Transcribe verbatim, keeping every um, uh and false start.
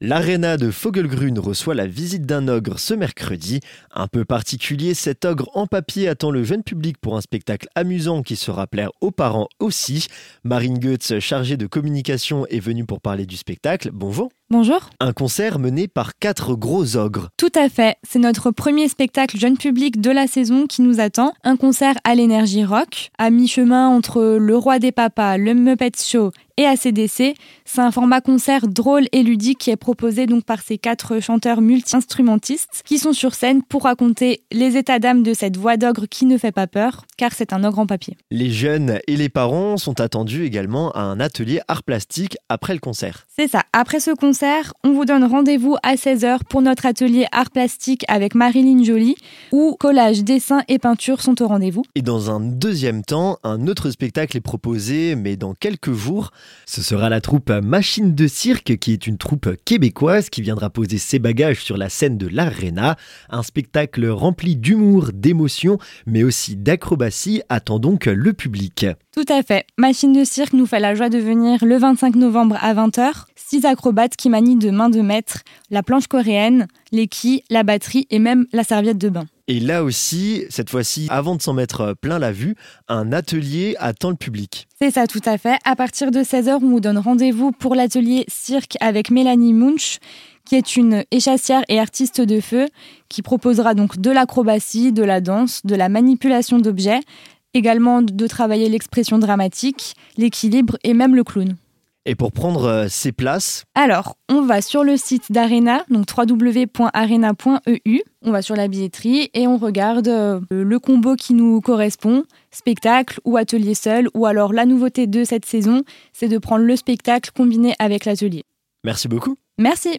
L'Arena de Fogelgrün reçoit la visite d'un ogre ce mercredi. Un peu particulier, cet ogre en papier attend le jeune public pour un spectacle amusant qui sera plaire aux parents aussi. Marine Goetz, chargée de communication, est venue pour parler du spectacle. Bonjour. Bonjour. Un concert mené par quatre gros ogres. Tout à fait, c'est notre premier spectacle jeune public de la saison qui nous attend. Un concert à l'énergie rock, à mi-chemin entre Le Roi des Papas, le Muppet Show et A C D C. C'est un format concert drôle et ludique qui est proposé donc par ces quatre chanteurs multi-instrumentistes qui sont sur scène pour raconter les états d'âme de cette voix d'ogre qui ne fait pas peur, car c'est un ogre en papier. Les jeunes et les parents sont attendus également à un atelier art plastique après le concert. C'est ça, après ce concert, on vous donne rendez-vous à seize heures pour notre atelier art plastique avec Marilyn Joly, où collage, dessin et peinture sont au rendez-vous. Et dans un deuxième temps, un autre spectacle est proposé, mais dans quelques jours. Ce sera la troupe Machine de Cirque, qui est une troupe québécoise qui viendra poser ses bagages sur la scène de l'Arena. Un spectacle rempli d'humour, d'émotion, mais aussi d'acrobatie attend donc le public. Tout à fait. Machine de Cirque nous fait la joie de venir le vingt-cinq novembre à vingt heures. Six acrobates qui manient de main de maître la planche coréenne, les quilles, la batterie et même la serviette de bain. Et là aussi, cette fois-ci, avant de s'en mettre plein la vue, un atelier attend le public. C'est ça, tout à fait. À partir de seize heures, on vous donne rendez-vous pour l'atelier cirque avec Mélanie Munch, qui est une échassière et artiste de feu, qui proposera donc de l'acrobatie, de la danse, de la manipulation d'objets, également de travailler l'expression dramatique, l'équilibre et même le clown. Et pour prendre ses places, alors, on va sur le site d'Arena, donc w w w point arena point e u. On va sur la billetterie et on regarde le combo qui nous correspond, spectacle ou atelier seul, ou alors la nouveauté de cette saison, c'est de prendre le spectacle combiné avec l'atelier. Merci beaucoup. Merci.